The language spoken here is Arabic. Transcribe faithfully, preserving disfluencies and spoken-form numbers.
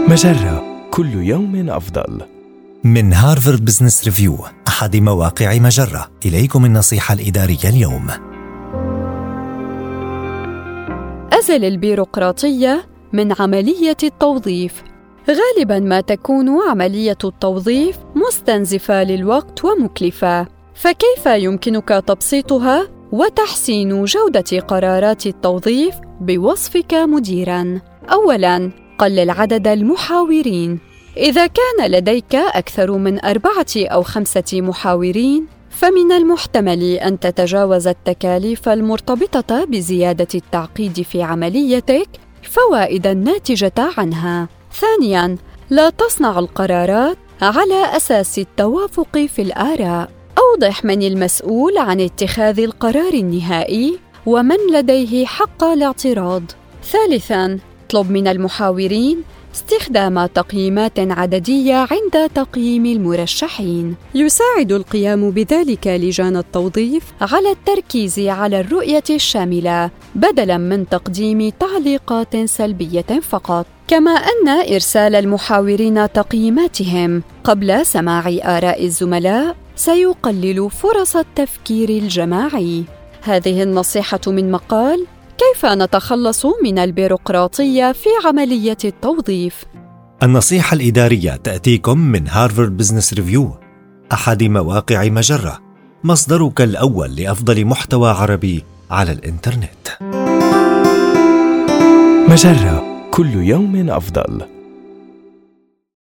مجرة، كل يوم أفضل. من هارفارد بزنس ريفيو، أحد مواقع مجرة، إليكم النصيحة الإدارية اليوم. أزل البيروقراطية من عملية التوظيف. غالباً ما تكون عملية التوظيف مستنزفة للوقت ومكلفة، فكيف يمكنك تبسيطها وتحسين جودة قرارات التوظيف بوصفك مديراً؟ أولاً، قلل عدد المحاورين. إذا كان لديك أكثر من أربعة أو خمسة محاورين، فمن المحتمل أن تتجاوز التكاليف المرتبطة بزيادة التعقيد في عمليتك فوائداً ناتجة عنها. ثانياً، لا تصنع القرارات على أساس التوافق في الآراء. أوضح من المسؤول عن اتخاذ القرار النهائي ومن لديه حق الاعتراض. ثالثاً، اطلب من المحاورين استخدام تقييمات عددية عند تقييم المرشحين. يساعد القيام بذلك لجان التوظيف على التركيز على الرؤية الشاملة بدلاً من تقديم تعليقات سلبية فقط. كما أن إرسال المحاورين تقييماتهم قبل سماع آراء الزملاء سيقلل فرص التفكير الجماعي. هذه النصيحة من مقال كيف نتخلص من البيروقراطية في عملية التوظيف. النصيحة الإدارية تأتيكم من هارفارد بزنس ريفيو، أحد مواقع مجرة، مصدرك الأول لأفضل محتوى عربي على الإنترنت. مجرة، كل يوم أفضل.